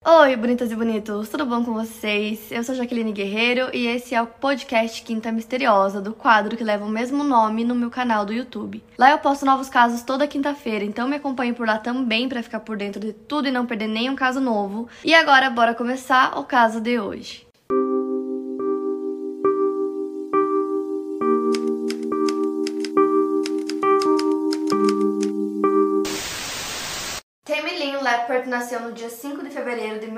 Oi, bonitas e bonitos, tudo bom com vocês? Eu sou Jaqueline Guerreiro e esse é o podcast Quinta Misteriosa, do quadro que leva o mesmo nome no meu canal do YouTube. Lá eu posto novos casos toda quinta-feira, então me acompanhe por lá também pra ficar por dentro de tudo e não perder nenhum caso novo. E agora, bora começar o caso de hoje. Tammy Lynn Leppert nasceu no dia 5 de fevereiro de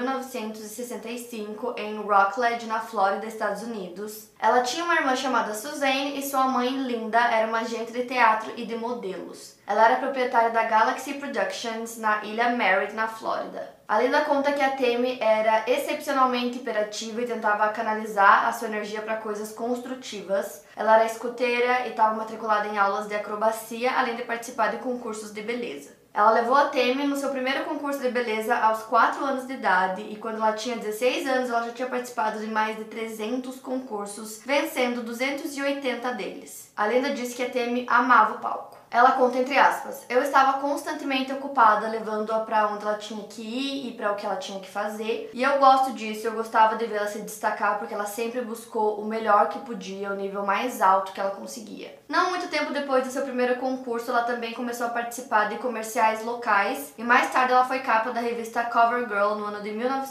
1965 em Rockledge, na Flórida, Estados Unidos. Ela tinha uma irmã chamada Suzanne e sua mãe, Linda, era uma agente de teatro e de modelos. Ela era proprietária da Galaxy Productions na ilha Merritt, na Flórida. A Linda conta que a Tammy era excepcionalmente hiperativa e tentava canalizar a sua energia para coisas construtivas. Ela era escoteira e estava matriculada em aulas de acrobacia, além de participar de concursos de beleza. Ela levou a Tammy no seu primeiro concurso de beleza aos 4 anos de idade e quando ela tinha 16 anos ela já tinha participado de mais de 300 concursos, vencendo 280 deles. A lenda diz que a Tammy amava o palco. Ela conta entre aspas: eu estava constantemente ocupada levando-a para onde ela tinha que ir e para o que ela tinha que fazer. E eu gosto disso, eu gostava de vê-la se destacar porque ela sempre buscou o melhor que podia, o nível mais alto que ela conseguia. Não muito tempo depois do seu primeiro concurso, ela também começou a participar de comerciais locais e mais tarde ela foi capa da revista CoverGirl no ano de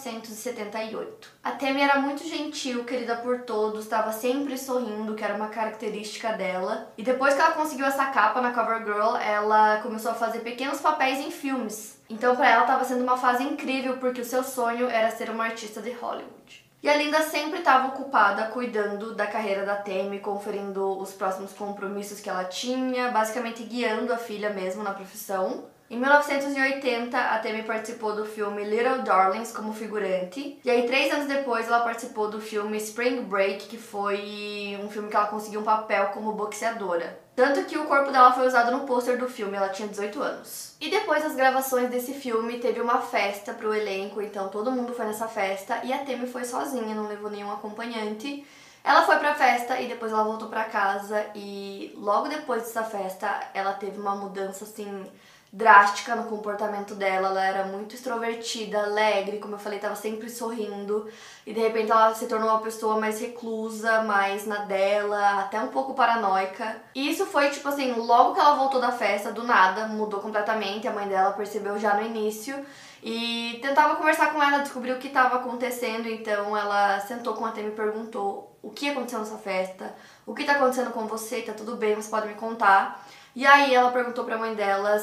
1978. A Tammy era muito gentil, querida por todos, estava sempre sorrindo, que era uma característica dela. E depois que ela conseguiu essa capa na CoverGirl, ela começou a fazer pequenos papéis em filmes. Então para ela estava sendo uma fase incrível, porque o seu sonho era ser uma artista de Hollywood. E a Linda sempre estava ocupada cuidando da carreira da Tammy, conferindo os próximos compromissos que ela tinha, basicamente guiando a filha mesmo na profissão. Em 1980, a Tammy participou do filme Little Darlings como figurante. E aí, 3 anos depois, ela participou do filme Spring Break, que foi um filme que ela conseguiu um papel como boxeadora. Tanto que o corpo dela foi usado no pôster do filme, ela tinha 18 anos. E depois das gravações desse filme, teve uma festa pro elenco, então todo mundo foi nessa festa. E a Tammy foi sozinha, não levou nenhum acompanhante. Ela foi pra festa e depois ela voltou pra casa. E logo depois dessa festa, ela teve uma mudança, assim, drástica no comportamento dela. Ela era muito extrovertida, alegre, como eu falei, tava sempre sorrindo. E de repente ela se tornou uma pessoa mais reclusa, mais na dela, até um pouco paranoica. E isso foi tipo assim, logo que ela voltou da festa, do nada, mudou completamente. A mãe dela percebeu já no início e tentava conversar com ela, descobrir o que estava acontecendo. Então ela sentou com a Tammy e perguntou: o que aconteceu nessa festa? O que tá acontecendo com você? Tá tudo bem? Você pode me contar? E aí ela perguntou pra mãe dela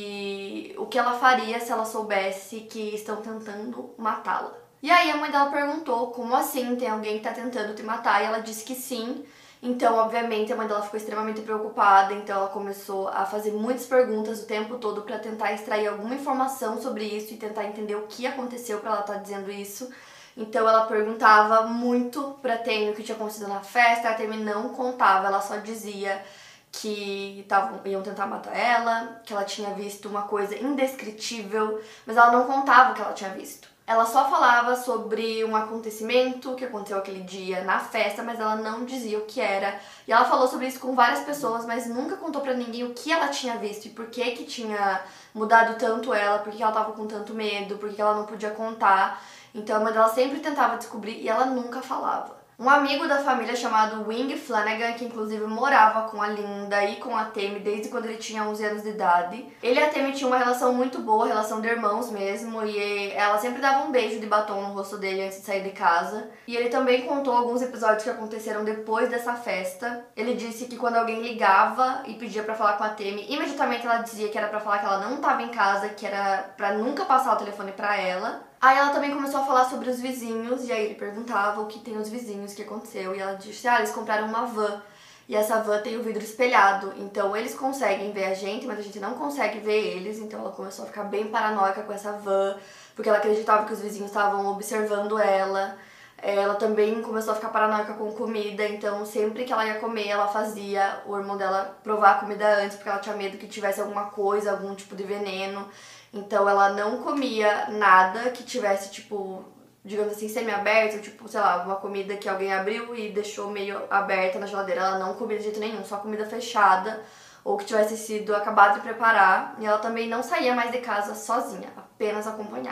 o que ela faria se ela soubesse que estão tentando matá-la. E aí a mãe dela perguntou: como assim? Tem alguém que tá tentando te matar? E ela disse que sim. Então, obviamente, a mãe dela ficou extremamente preocupada, então ela começou a fazer muitas perguntas o tempo todo pra tentar extrair alguma informação sobre isso e tentar entender o que aconteceu pra ela estar dizendo isso. Então ela perguntava muito pra Tammy o que tinha acontecido na festa, a Tammy não contava, ela só dizia que iam tentar matar ela, que ela tinha visto uma coisa indescritível, mas ela não contava o que ela tinha visto. Ela só falava sobre um acontecimento que aconteceu aquele dia na festa, mas ela não dizia o que era. E ela falou sobre isso com várias pessoas, mas nunca contou pra ninguém o que ela tinha visto e por que tinha mudado tanto ela, por que ela tava com tanto medo, por que ela não podia contar. Então a mãe dela sempre tentava descobrir e ela nunca falava. Um amigo da família chamado Wing Flanagan, que inclusive morava com a Linda e com a Tammy desde quando ele tinha 11 anos de idade. Ele e a Tammy tinham uma relação muito boa, relação de irmãos mesmo, e ela sempre dava um beijo de batom no rosto dele antes de sair de casa. E ele também contou alguns episódios que aconteceram depois dessa festa. Ele disse que quando alguém ligava e pedia pra falar com a Tammy, imediatamente ela dizia que era pra falar que ela não tava em casa, que era pra nunca passar o telefone pra ela. Aí ela também começou a falar sobre os vizinhos, e aí ele perguntava o que tem os vizinhos, o que aconteceu, e ela disse: eles compraram uma van, e essa van tem o vidro espelhado, então eles conseguem ver a gente, mas a gente não consegue ver eles. Então ela começou a ficar bem paranoica com essa van, porque ela acreditava que os vizinhos estavam observando ela. Ela também começou a ficar paranoica com comida, então sempre que ela ia comer, ela fazia o irmão dela provar a comida antes, porque ela tinha medo que tivesse alguma coisa, algum tipo de veneno. Então ela não comia nada que tivesse, tipo, digamos assim, semi-aberto, tipo, sei lá, uma comida que alguém abriu e deixou meio aberta na geladeira. Ela não comia de jeito nenhum, só comida fechada ou que tivesse sido acabado de preparar. E ela também não saía mais de casa sozinha, apenas acompanhada.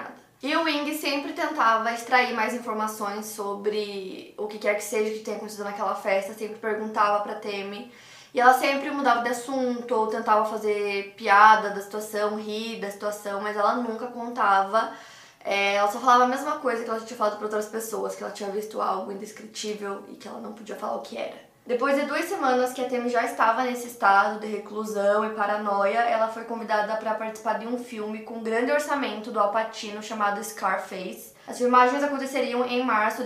E o Wing sempre tentava extrair mais informações sobre o que quer que seja que tenha acontecido naquela festa, sempre perguntava pra Temi. E ela sempre mudava de assunto ou tentava fazer piada da situação, rir da situação, mas ela nunca contava. Ela só falava a mesma coisa que ela já tinha falado para outras pessoas, que ela tinha visto algo indescritível e que ela não podia falar o que era. Depois de 2 semanas que a Temi já estava nesse estado de reclusão e paranoia, ela foi convidada para participar de um filme com grande orçamento do Al Pacino chamado Scarface. As filmagens aconteceriam em março de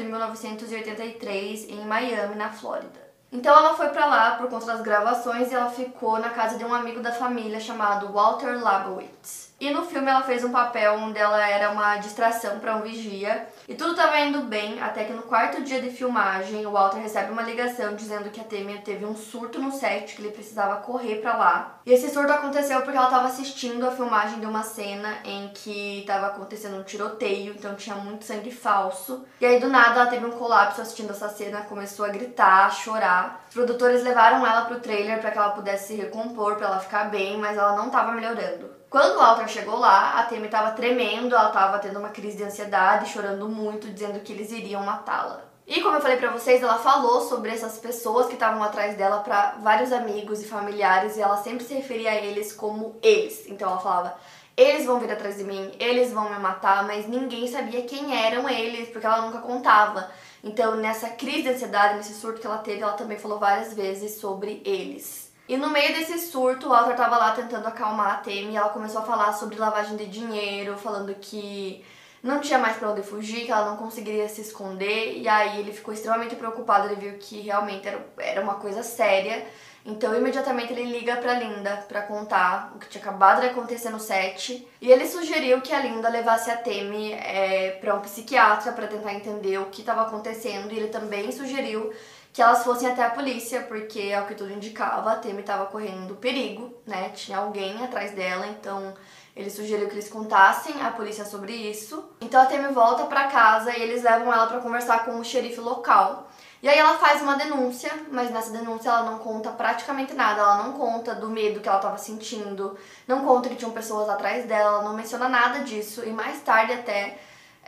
1983 em Miami, na Flórida. Então ela foi pra lá por conta das gravações e ela ficou na casa de um amigo da família chamado Walter Labowitz. E no filme ela fez um papel onde ela era uma distração para um vigia. E tudo estava indo bem, até que no 4º dia de filmagem, o Walter recebe uma ligação dizendo que a Temi teve um surto no set, que ele precisava correr pra lá. E esse surto aconteceu porque ela estava assistindo a filmagem de uma cena em que estava acontecendo um tiroteio, então tinha muito sangue falso. E aí do nada ela teve um colapso assistindo essa cena, começou a gritar, a chorar. Os produtores levaram ela pro trailer para que ela pudesse se recompor, para ela ficar bem, mas ela não estava melhorando. Quando o Walter chegou lá, a Temi estava tremendo, ela estava tendo uma crise de ansiedade, chorando muito, dizendo que eles iriam matá-la. E como eu falei pra vocês, ela falou sobre essas pessoas que estavam atrás dela pra vários amigos e familiares, e ela sempre se referia a eles como eles. Então ela falava, eles vão vir atrás de mim, eles vão me matar, mas ninguém sabia quem eram eles, porque ela nunca contava. Então nessa crise de ansiedade, nesse surto que ela teve, ela também falou várias vezes sobre eles. E no meio desse surto, o Walter tava lá tentando acalmar a Temi e ela começou a falar sobre lavagem de dinheiro, falando que não tinha mais pra onde fugir, que ela não conseguiria se esconder. E aí ele ficou extremamente preocupado, ele viu que realmente era uma coisa séria. Então imediatamente ele liga pra Linda pra contar o que tinha acabado de acontecer no set. E ele sugeriu que a Linda levasse a Temi pra um psiquiatra pra tentar entender o que estava acontecendo. E ele também sugeriu que elas fossem até a polícia, porque, ao que tudo indicava, a Temi estava correndo perigo, né? Tinha alguém atrás dela, então ele sugeriu que eles contassem à polícia sobre isso. Então a Temi volta pra casa e eles levam ela pra conversar com o xerife local. E aí ela faz uma denúncia, mas nessa denúncia ela não conta praticamente nada. Ela não conta do medo que ela estava sentindo, não conta que tinham pessoas atrás dela, ela não menciona nada disso. E mais tarde até,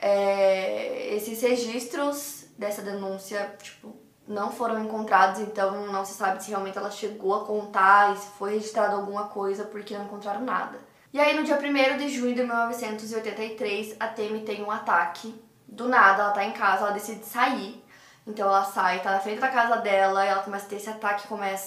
esses registros dessa denúncia, tipo, não foram encontrados, então não se sabe se realmente ela chegou a contar e se foi registrado alguma coisa, porque não encontraram nada. E aí no dia 1º de junho de 1983, a Temi tem um ataque. Do nada, ela tá em casa, ela decide sair. Então ela sai, tá na frente da casa dela, ela começa a ter esse ataque,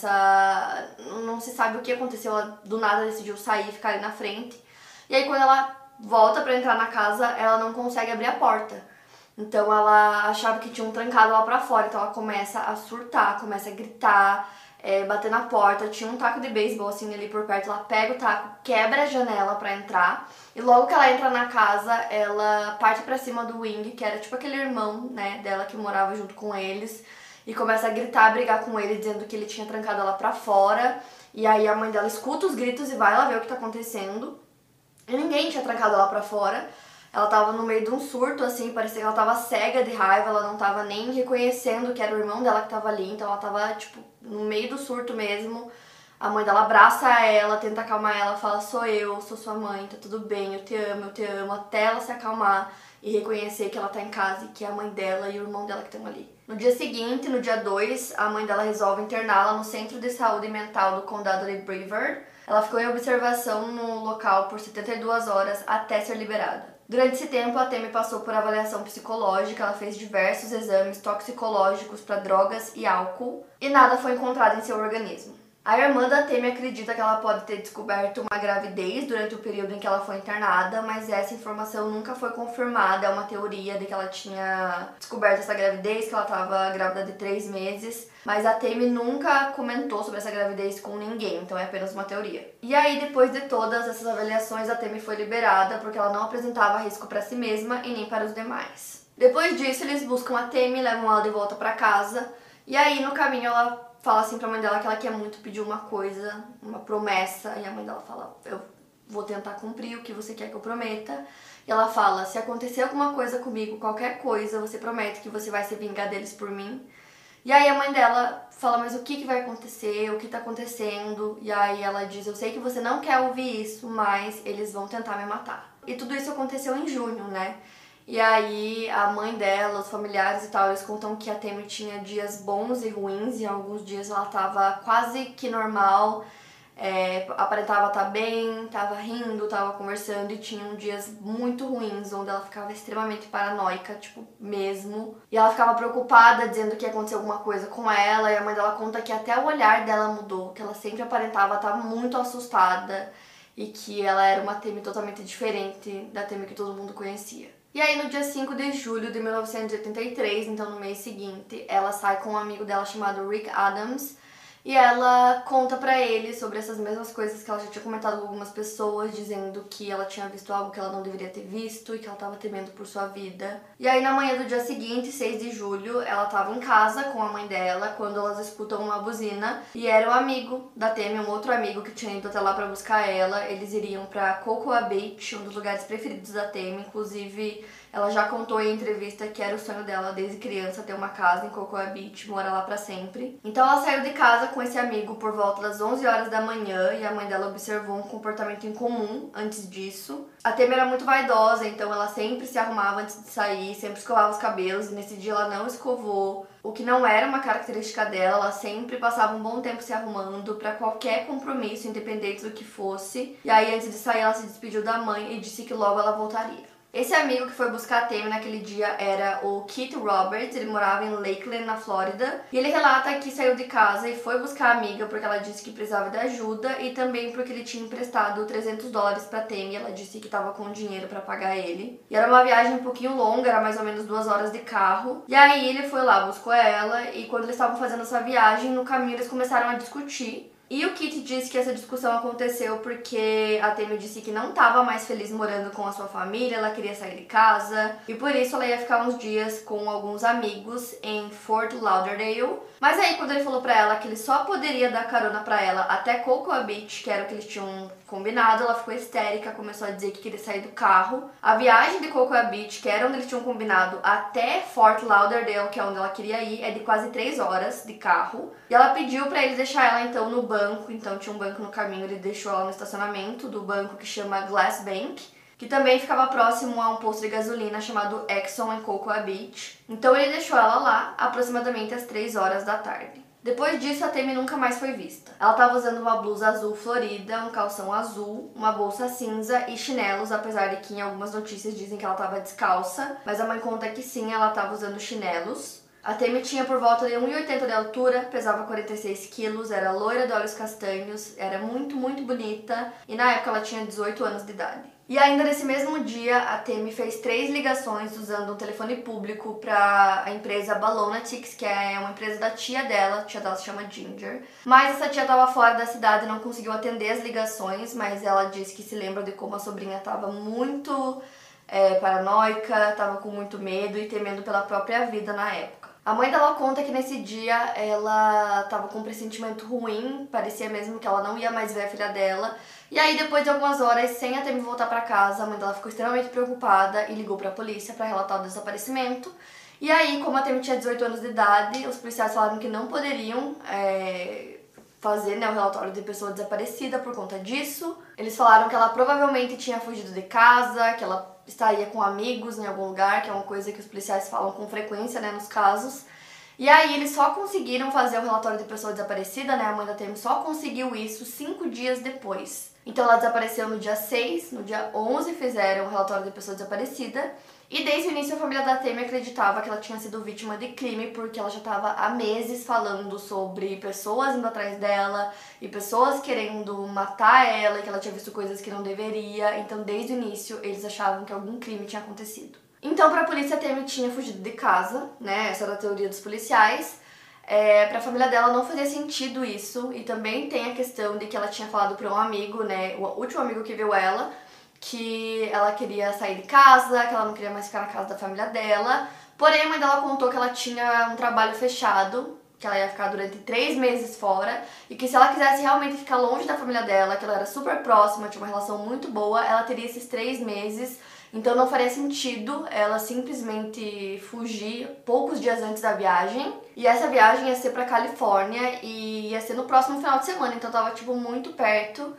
não se sabe o que aconteceu, ela do nada decidiu sair e ficar ali na frente. E aí quando ela volta pra entrar na casa, ela não consegue abrir a porta. Então ela achava que tinha um trancado lá pra fora, então ela começa a surtar, começa a gritar, bater na porta. Tinha um taco de beisebol assim ali por perto, ela pega o taco, quebra a janela pra entrar. E logo que ela entra na casa, ela parte pra cima do Wing, que era tipo aquele irmão, né, dela que morava junto com eles. E começa a gritar, a brigar com ele, dizendo que ele tinha trancado ela pra fora. E aí a mãe dela escuta os gritos e vai lá ver o que tá acontecendo. E ninguém tinha trancado ela pra fora. Ela tava no meio de um surto, assim, parecia que ela tava cega de raiva, ela não tava nem reconhecendo que era o irmão dela que tava ali, então ela tava, tipo, no meio do surto mesmo. A mãe dela abraça ela, tenta acalmar ela, fala, sou sua mãe, tá tudo bem, eu te amo, até ela se acalmar e reconhecer que ela tá em casa e que é a mãe dela e o irmão dela que estão ali. No dia seguinte, no dia 2, a mãe dela resolve interná-la no Centro de Saúde Mental do Condado de Brevard. Ela ficou em observação no local por 72 horas até ser liberada. Durante esse tempo, a Temi passou por avaliação psicológica, ela fez diversos exames toxicológicos para drogas e álcool, e nada foi encontrado em seu organismo. A irmã da Temi acredita que ela pode ter descoberto uma gravidez durante o período em que ela foi internada, mas essa informação nunca foi confirmada. É uma teoria de que ela tinha descoberto essa gravidez, que ela estava grávida de 3 meses, mas a Temi nunca comentou sobre essa gravidez com ninguém, então é apenas uma teoria. E aí, depois de todas essas avaliações, a Temi foi liberada porque ela não apresentava risco para si mesma e nem para os demais. Depois disso, eles buscam a Temi, levam ela de volta para casa, e aí no caminho ela fala assim pra mãe dela que ela quer muito pedir uma coisa, uma promessa, e a mãe dela fala, eu vou tentar cumprir o que você quer que eu prometa. E ela fala, se acontecer alguma coisa comigo, qualquer coisa, você promete que você vai se vingar deles por mim. E aí a mãe dela fala, mas o que vai acontecer, o que tá acontecendo? E aí ela diz, eu sei que você não quer ouvir isso, mas eles vão tentar me matar. E tudo isso aconteceu em junho, né? E aí a mãe dela, os familiares e tal, eles contam que a Tammy tinha dias bons e ruins, e alguns dias ela tava quase que normal, aparentava estar bem, tava rindo, tava conversando, e tinham dias muito ruins, onde ela ficava extremamente paranoica, tipo, mesmo. E ela ficava preocupada, dizendo que ia acontecer alguma coisa com ela, e a mãe dela conta que até o olhar dela mudou, que ela sempre aparentava estar muito assustada, e que ela era uma Tammy totalmente diferente da Tammy que todo mundo conhecia. E aí no dia 5 de julho de 1983, então no mês seguinte, ela sai com um amigo dela chamado Rick Adams, e ela conta pra ele sobre essas mesmas coisas que ela já tinha comentado com algumas pessoas, dizendo que ela tinha visto algo que ela não deveria ter visto e que ela tava temendo por sua vida. E aí na manhã do dia seguinte, 6 de julho, ela tava em casa com a mãe dela quando elas escutam uma buzina, e era um amigo da Tammy, um outro amigo que tinha ido até lá pra buscar ela. Eles iriam pra Cocoa Beach, um dos lugares preferidos da Tammy, inclusive ela já contou em entrevista que era o sonho dela desde criança ter uma casa em Cocoa Beach, morar lá pra sempre. Então ela saiu de casa com esse amigo por volta das 11 horas da manhã, e a mãe dela observou um comportamento incomum antes disso. A Tammy era muito vaidosa, então ela sempre se arrumava antes de sair, sempre escovava os cabelos, e nesse dia ela não escovou, o que não era uma característica dela. Ela sempre passava um bom tempo se arrumando pra qualquer compromisso, independente do que fosse. E aí antes de sair ela se despediu da mãe e disse que logo ela voltaria. Esse amigo que foi buscar a Tammy naquele dia era o Keith Roberts, ele morava em Lakeland, na Flórida, e ele relata que saiu de casa e foi buscar a amiga porque ela disse que precisava de ajuda, e também porque ele tinha emprestado $300 pra Tammy, e ela disse que estava com dinheiro pra pagar ele. E era uma viagem um pouquinho longa, era mais ou menos 2 horas de carro, e aí ele foi lá, buscou ela, e quando eles estavam fazendo essa viagem, no caminho eles começaram a discutir. E o Keith disse que essa discussão aconteceu porque a Tammy disse que não estava mais feliz morando com a sua família, ela queria sair de casa, e por isso ela ia ficar uns dias com alguns amigos em Fort Lauderdale. Mas aí quando ele falou pra ela que ele só poderia dar carona pra ela até Cocoa Beach, que era o que eles tinham combinado, ela ficou histérica, começou a dizer que queria sair do carro. A viagem de Cocoa Beach, que era onde eles tinham combinado, até Fort Lauderdale, que é onde ela queria ir, é de quase 3 horas de carro. E ela pediu pra ele deixar ela então no banco, então tinha um banco no caminho, ele deixou ela no estacionamento do banco que chama Glass Bank, que também ficava próximo a um posto de gasolina chamado Exxon em Cocoa Beach. Então ele deixou ela lá, aproximadamente às 3 horas da tarde. Depois disso, a Tammy nunca mais foi vista. Ela estava usando uma blusa azul florida, um calção azul, uma bolsa cinza e chinelos, apesar de que em algumas notícias dizem que ela estava descalça, mas a mãe conta que sim, ela estava usando chinelos. A Tammy tinha por volta de 1,80 de altura, pesava 46 quilos, era loira de olhos castanhos, era muito, muito bonita, e na época ela tinha 18 anos de idade. E ainda nesse mesmo dia, a Tammy fez 3 ligações usando um telefone público para a empresa Balonatics, que é uma empresa da tia dela, a tia dela se chama Ginger. Mas essa tia estava fora da cidade e não conseguiu atender as ligações, mas ela disse que se lembra de como a sobrinha estava muito paranoica, estava com muito medo e temendo pela própria vida na época. A mãe dela conta que nesse dia ela estava com um pressentimento ruim, parecia mesmo que ela não ia mais ver a filha dela. E aí, depois de algumas horas, sem a Tammy voltar pra casa, a mãe dela ficou extremamente preocupada e ligou pra polícia pra relatar o desaparecimento. E aí, como a Tammy tinha 18 anos de idade, os policiais falaram que não poderiam fazer, o relatório de pessoa desaparecida por conta disso. Eles falaram que ela provavelmente tinha fugido de casa, que ela estaria com amigos em algum lugar, que é uma coisa que os policiais falam com frequência, nos casos. E aí eles só conseguiram fazer o relatório de pessoa desaparecida, a mãe da Tammy só conseguiu isso 5 dias depois. Então ela desapareceu no dia 6, no dia 11 fizeram o relatório de pessoa desaparecida. E desde o início a família da Tammy acreditava que ela tinha sido vítima de crime, porque ela já estava há meses falando sobre pessoas indo atrás dela e pessoas querendo matar ela, e que ela tinha visto coisas que não deveria. Então desde o início eles achavam que algum crime tinha acontecido. Então pra polícia, a Tammy tinha fugido de casa, essa era a teoria dos policiais. Pra família dela não fazia sentido isso, e também tem a questão de que ela tinha falado pra um amigo, o último amigo que viu ela, que ela queria sair de casa, que ela não queria mais ficar na casa da família dela. Porém, a mãe dela contou que ela tinha um trabalho fechado, que ela ia ficar durante 3 meses fora, e que se ela quisesse realmente ficar longe da família dela, que ela era super próxima, tinha uma relação muito boa, ela teria esses 3 meses. Então não faria sentido ela simplesmente fugir poucos dias antes da viagem. E essa viagem ia ser pra Califórnia e ia ser no próximo final de semana, então tava muito perto.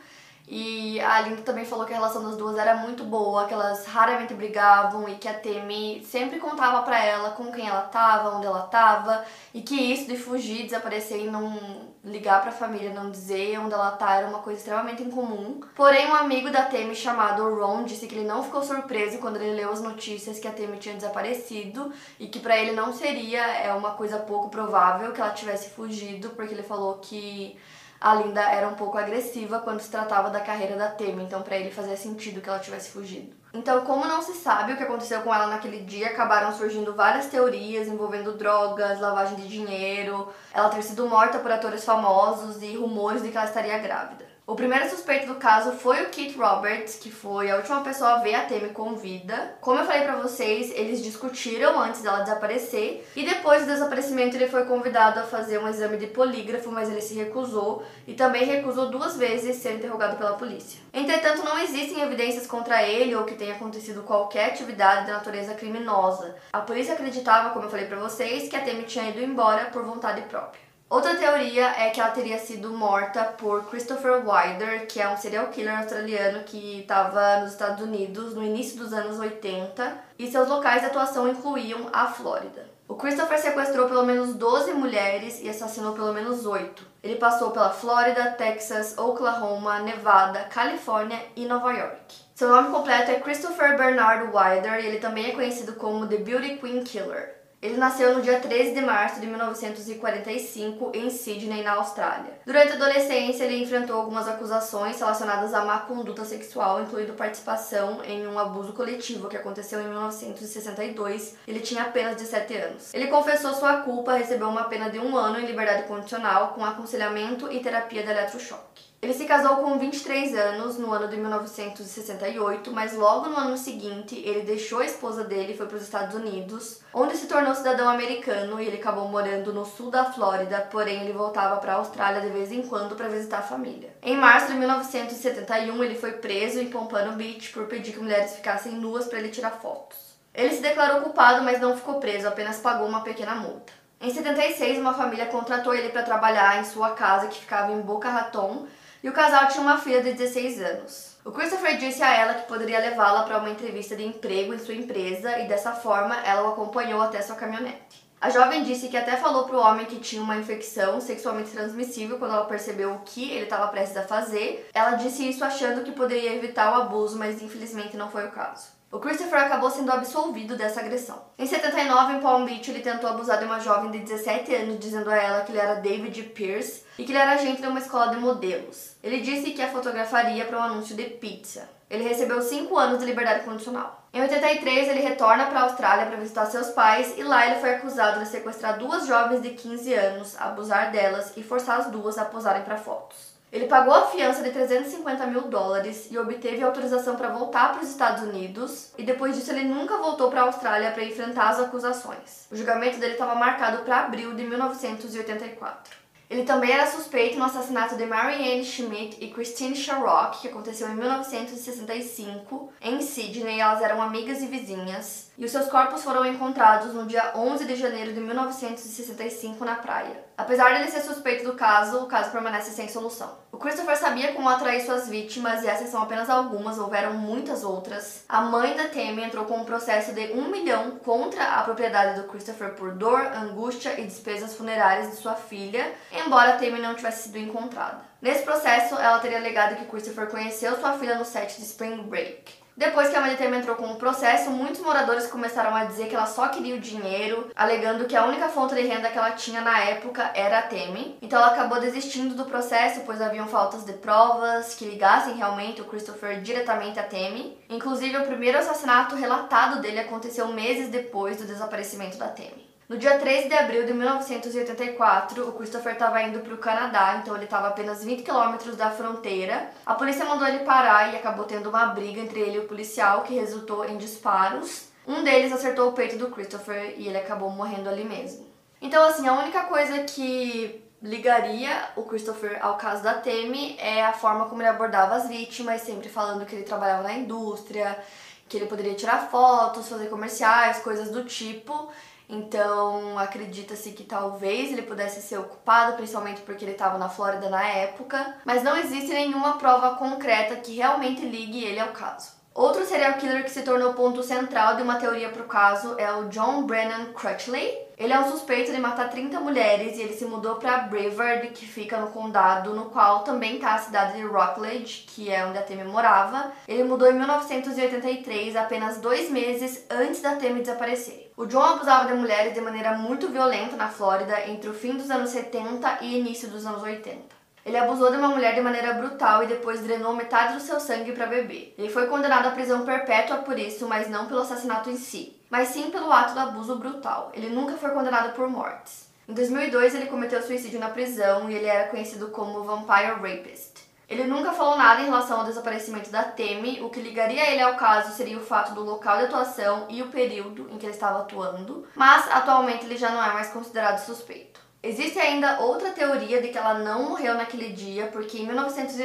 E a Linda também falou que a relação das duas era muito boa, que elas raramente brigavam e que a Tammy sempre contava pra ela com quem ela tava, onde ela tava, e que isso de fugir, desaparecer e não ligar pra família, não dizer onde ela tá, era uma coisa extremamente incomum. Porém, um amigo da Tammy chamado Ron disse que ele não ficou surpreso quando ele leu as notícias que a Tammy tinha desaparecido e que pra ele não seria uma coisa pouco provável que ela tivesse fugido, porque ele falou que a Linda era um pouco agressiva quando se tratava da carreira da Tammy, então pra ele fazia sentido que ela tivesse fugido. Então, como não se sabe o que aconteceu com ela naquele dia, acabaram surgindo várias teorias envolvendo drogas, lavagem de dinheiro, ela ter sido morta por atores famosos e rumores de que ela estaria grávida. O primeiro suspeito do caso foi o Keith Roberts, que foi a última pessoa a ver a Tammy com vida. Como eu falei pra vocês, eles discutiram antes dela desaparecer e depois do desaparecimento ele foi convidado a fazer um exame de polígrafo, mas ele se recusou e também recusou 2 vezes ser interrogado pela polícia. Entretanto, não existem evidências contra ele ou que tenha acontecido qualquer atividade de natureza criminosa. A polícia acreditava, como eu falei pra vocês, que a Tammy tinha ido embora por vontade própria. Outra teoria é que ela teria sido morta por Christopher Wilder, que é um serial killer australiano que estava nos Estados Unidos no início dos anos 80, e seus locais de atuação incluíam a Flórida. O Christopher sequestrou pelo menos 12 mulheres e assassinou pelo menos 8. Ele passou pela Flórida, Texas, Oklahoma, Nevada, Califórnia e Nova York. Seu nome completo é Christopher Bernard Wilder e ele também é conhecido como The Beauty Queen Killer. Ele nasceu no dia 13 de março de 1945 em Sydney, na Austrália. Durante a adolescência, ele enfrentou algumas acusações relacionadas à má conduta sexual, incluindo participação em um abuso coletivo que aconteceu em 1962. Ele tinha apenas 17 anos. Ele confessou sua culpa e recebeu uma pena de 1 ano em liberdade condicional com aconselhamento e terapia de eletrochoque. Ele se casou com 23 anos no ano de 1968, mas logo no ano seguinte ele deixou a esposa dele e foi para os Estados Unidos, onde se tornou cidadão americano e ele acabou morando no sul da Flórida, porém ele voltava para a Austrália de vez em quando para visitar a família. Em março de 1971 ele foi preso em Pompano Beach por pedir que mulheres ficassem nuas para ele tirar fotos. Ele se declarou culpado, mas não ficou preso, apenas pagou uma pequena multa. Em 76, uma família contratou ele para trabalhar em sua casa que ficava em Boca Raton, e o casal tinha uma filha de 16 anos. O Christopher disse a ela que poderia levá-la para uma entrevista de emprego em sua empresa e dessa forma ela o acompanhou até sua caminhonete. A jovem disse que até falou para o homem que tinha uma infecção sexualmente transmissível quando ela percebeu o que ele estava prestes a fazer. Ela disse isso achando que poderia evitar o abuso, mas infelizmente não foi o caso. O Christopher acabou sendo absolvido dessa agressão. Em 79, em Palm Beach, ele tentou abusar de uma jovem de 17 anos, dizendo a ela que ele era David Pierce e que ele era agente de uma escola de modelos. Ele disse que a fotografaria para um anúncio de pizza. Ele recebeu 5 anos de liberdade condicional. Em 83, ele retorna para a Austrália para visitar seus pais e lá ele foi acusado de sequestrar 2 jovens de 15 anos, abusar delas e forçar as duas a posarem para fotos. Ele pagou a fiança de $350 mil e obteve autorização para voltar para os Estados Unidos, e depois disso ele nunca voltou para a Austrália para enfrentar as acusações. O julgamento dele estava marcado para abril de 1984. Ele também era suspeito no assassinato de Marianne Schmidt e Christine Sharrock, que aconteceu em 1965, em Sydney. Elas eram amigas e vizinhas, e os seus corpos foram encontrados no dia 11 de janeiro de 1965 na praia. Apesar de ele ser suspeito do caso, o caso permanece sem solução. O Christopher sabia como atrair suas vítimas e essas são apenas algumas, houveram muitas outras. A mãe da Tammy entrou com um processo de $1 milhão contra a propriedade do Christopher por dor, angústia e despesas funerárias de sua filha, embora a Tammy não tivesse sido encontrada. Nesse processo, ela teria alegado que Christopher conheceu sua filha no set de Spring Break. Depois que a mãe de Tammy entrou com o processo, muitos moradores começaram a dizer que ela só queria o dinheiro, alegando que a única fonte de renda que ela tinha na época era a Tammy. Então ela acabou desistindo do processo, pois haviam faltas de provas que ligassem realmente o Christopher diretamente a Tammy. Inclusive, o primeiro assassinato relatado dele aconteceu meses depois do desaparecimento da Tammy. No dia 13 de abril de 1984, o Christopher estava indo para o Canadá, então ele estava a apenas 20 km da fronteira. A polícia mandou ele parar e acabou tendo uma briga entre ele e o policial, que resultou em disparos. Um deles acertou o peito do Christopher e ele acabou morrendo ali mesmo. Então, assim, a única coisa que ligaria o Christopher ao caso da Tammy é a forma como ele abordava as vítimas, sempre falando que ele trabalhava na indústria, que ele poderia tirar fotos, fazer comerciais, coisas do tipo. Então, acredita-se que talvez ele pudesse ser o culpado, principalmente porque ele estava na Flórida na época, mas não existe nenhuma prova concreta que realmente ligue ele ao caso. Outro serial killer que se tornou ponto central de uma teoria para o caso é o John Brennan Crutchley. Ele é um suspeito de matar 30 mulheres e ele se mudou para Brevard, que fica no condado, no qual também está a cidade de Rockledge, que é onde a Tammy morava. Ele mudou em 1983, apenas 2 meses antes da Tammy desaparecer. O John abusava de mulheres de maneira muito violenta na Flórida entre o fim dos anos 70 e início dos anos 80. Ele abusou de uma mulher de maneira brutal e depois drenou metade do seu sangue para beber. Ele foi condenado à prisão perpétua por isso, mas não pelo assassinato em si, mas sim pelo ato do abuso brutal. Ele nunca foi condenado por mortes. Em 2002, ele cometeu suicídio na prisão e ele era conhecido como Vampire Rapist. Ele nunca falou nada em relação ao desaparecimento da Tammy. O que ligaria ele ao caso seria o fato do local de atuação e o período em que ele estava atuando, mas atualmente ele já não é mais considerado suspeito. Existe ainda outra teoria de que ela não morreu naquele dia, porque em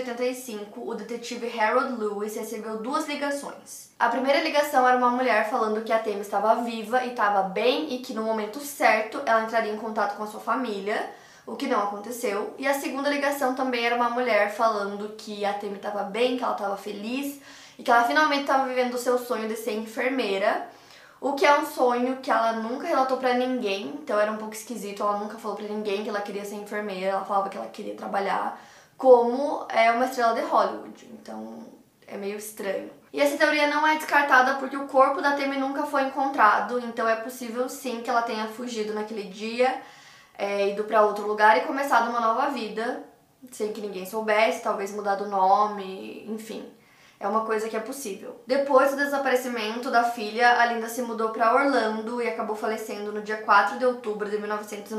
1985 o detetive Harold Lewis recebeu 2 ligações. A primeira ligação era uma mulher falando que a Tammy estava viva e estava bem e que no momento certo ela entraria em contato com a sua família, o que não aconteceu. E a segunda ligação também era uma mulher falando que a Tammy estava bem, que ela estava feliz e que ela finalmente estava vivendo o seu sonho de ser enfermeira. O que é um sonho que ela nunca relatou pra ninguém, então era um pouco esquisito, ela nunca falou pra ninguém que ela queria ser enfermeira, ela falava que ela queria trabalhar como uma estrela de Hollywood, então é meio estranho. E essa teoria não é descartada porque o corpo da Tammy nunca foi encontrado, então é possível sim que ela tenha fugido naquele dia, ido pra outro lugar e começado uma nova vida, sem que ninguém soubesse, talvez mudado o nome, enfim. É uma coisa que é possível. Depois do desaparecimento da filha, a Linda se mudou para Orlando e acabou falecendo no dia 4 de outubro de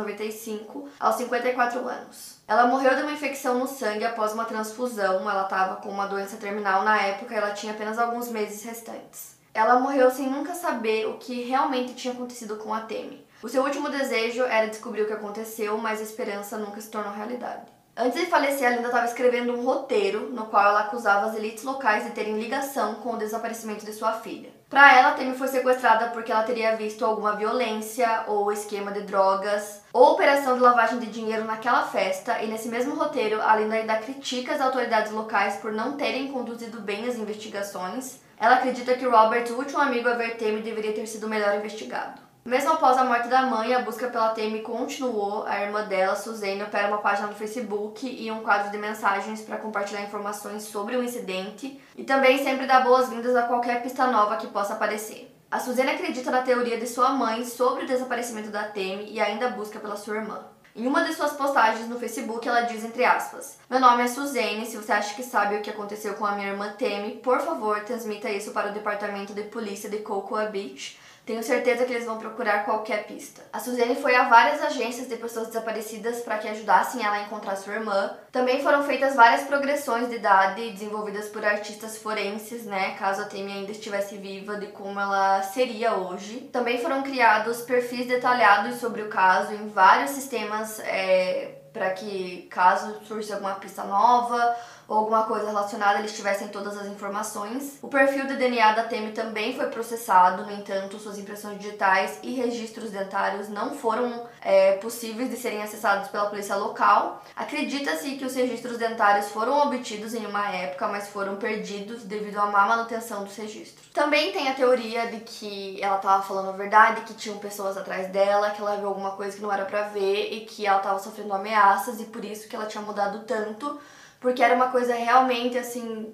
1995, aos 54 anos. Ela morreu de uma infecção no sangue após uma transfusão. Ela estava com uma doença terminal na época e ela tinha apenas alguns meses restantes. Ela morreu sem nunca saber o que realmente tinha acontecido com a Tammy. O seu último desejo era descobrir o que aconteceu, mas a esperança nunca se tornou realidade. Antes de falecer, a Linda estava escrevendo um roteiro no qual ela acusava as elites locais de terem ligação com o desaparecimento de sua filha. Para ela, Tammy foi sequestrada porque ela teria visto alguma violência ou esquema de drogas ou operação de lavagem de dinheiro naquela festa, e nesse mesmo roteiro, a Linda ainda critica as autoridades locais por não terem conduzido bem as investigações. Ela acredita que Robert, o último amigo a ver Tammy, deveria ter sido melhor investigado. Mesmo após a morte da mãe, a busca pela Tammy continuou. A irmã dela, Suzanne, opera uma página no Facebook e um quadro de mensagens para compartilhar informações sobre o incidente e também sempre dá boas-vindas a qualquer pista nova que possa aparecer. A Suzanne acredita na teoria de sua mãe sobre o desaparecimento da Tammy e ainda busca pela sua irmã. Em uma de suas postagens no Facebook, ela diz, entre aspas, "Meu nome é Suzanne, se você acha que sabe o que aconteceu com a minha irmã Tammy, por favor, transmita isso para o departamento de polícia de Cocoa Beach. Tenho certeza que eles vão procurar qualquer pista." A Suzanne foi a várias agências de pessoas desaparecidas para que ajudassem ela a encontrar sua irmã. Também foram feitas várias progressões de idade desenvolvidas por artistas forenses, caso a Tammy ainda estivesse viva, de como ela seria hoje. Também foram criados perfis detalhados sobre o caso em vários sistemas para que, caso surja alguma pista nova ou alguma coisa relacionada, eles tivessem todas as informações. O perfil de DNA da Tammy também foi processado, no entanto, suas impressões digitais e registros dentários não foram possíveis de serem acessados pela polícia local. Acredita-se que os registros dentários foram obtidos em uma época, mas foram perdidos devido à má manutenção dos registros. Também tem a teoria de que ela estava falando a verdade, que tinham pessoas atrás dela, que ela viu alguma coisa que não era pra ver e que ela estava sofrendo ameaças e por isso que ela tinha mudado tanto, porque era uma coisa realmente, assim,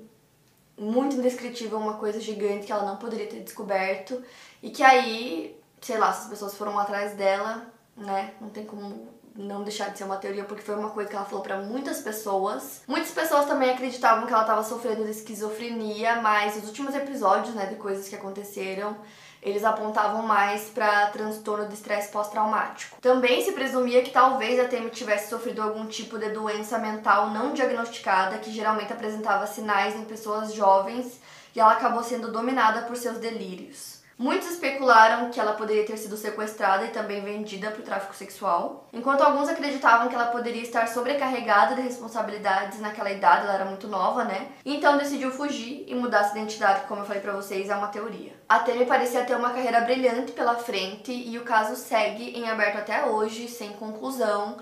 muito indescritível, uma coisa gigante que ela não poderia ter descoberto. E que aí, sei lá, se as pessoas foram atrás dela, não tem como não deixar de ser uma teoria, porque foi uma coisa que ela falou pra muitas pessoas. Muitas pessoas também acreditavam que ela estava sofrendo de esquizofrenia, mas os últimos episódios, de coisas que aconteceram, eles apontavam mais para transtorno de estresse pós-traumático. Também se presumia que talvez a Tammy tivesse sofrido algum tipo de doença mental não diagnosticada, que geralmente apresentava sinais em pessoas jovens, e ela acabou sendo dominada por seus delírios. Muitos especularam que ela poderia ter sido sequestrada e também vendida para o tráfico sexual, enquanto alguns acreditavam que ela poderia estar sobrecarregada de responsabilidades naquela idade, ela era muito nova, né? Então decidiu fugir e mudar sua identidade, que, como eu falei pra vocês, é uma teoria. A Tammy parecia ter uma carreira brilhante pela frente e o caso segue em aberto até hoje, sem conclusão.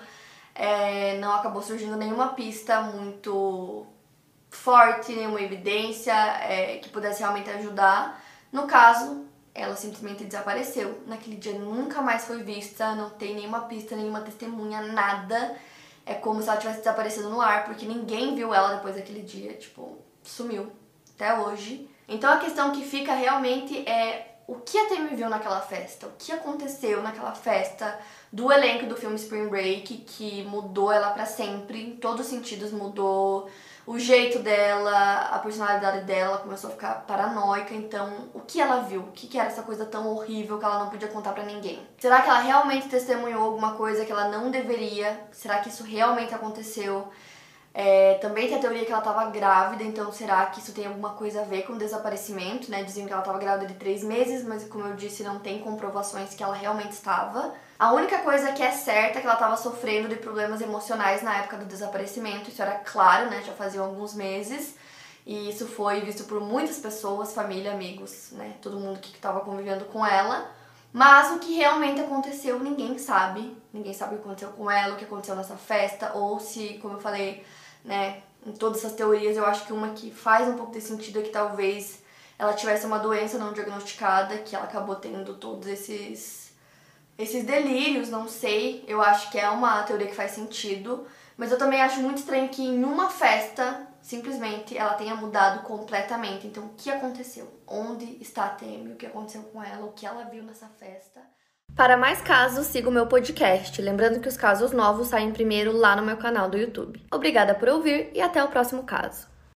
Não acabou surgindo nenhuma pista muito forte, nenhuma evidência que pudesse realmente ajudar. No caso, ela simplesmente desapareceu. Naquele dia nunca mais foi vista, não tem nenhuma pista, nenhuma testemunha, nada. É como se ela tivesse desaparecido no ar, porque ninguém viu ela depois daquele dia, tipo, sumiu até hoje. Então a questão que fica realmente é o que a Tammy viu naquela festa, o que aconteceu naquela festa do elenco do filme Spring Break, que mudou ela pra sempre, em todos os sentidos mudou. O jeito dela, a personalidade dela começou a ficar paranoica. Então, o que ela viu? O que era essa coisa tão horrível que ela não podia contar pra ninguém? Será que ela realmente testemunhou alguma coisa que ela não deveria? Será que isso realmente aconteceu? Também tem a teoria que ela estava grávida, então será que isso tem alguma coisa a ver com o desaparecimento, né? Diziam que ela estava grávida de 3 meses, mas como eu disse, não tem comprovações que ela realmente estava. A única coisa que é certa é que ela estava sofrendo de problemas emocionais na época do desaparecimento, isso era claro, né? Já fazia alguns meses. E isso foi visto por muitas pessoas, família, amigos, né? Todo mundo que estava convivendo com ela. Mas o que realmente aconteceu, ninguém sabe. Ninguém sabe o que aconteceu com ela, o que aconteceu nessa festa, ou se, como eu falei, né, em todas essas teorias, eu acho que uma que faz um pouco de sentido é que talvez ela tivesse uma doença não diagnosticada, que ela acabou tendo todos esses delírios, não sei. Eu acho que é uma teoria que faz sentido, mas eu também acho muito estranho que em uma festa, simplesmente, ela tenha mudado completamente. Então, o que aconteceu? Onde está a Tammy? O que aconteceu com ela? O que ela viu nessa festa? Para mais casos, siga o meu podcast. Lembrando que os casos novos saem primeiro lá no meu canal do YouTube. Obrigada por ouvir e até o próximo caso.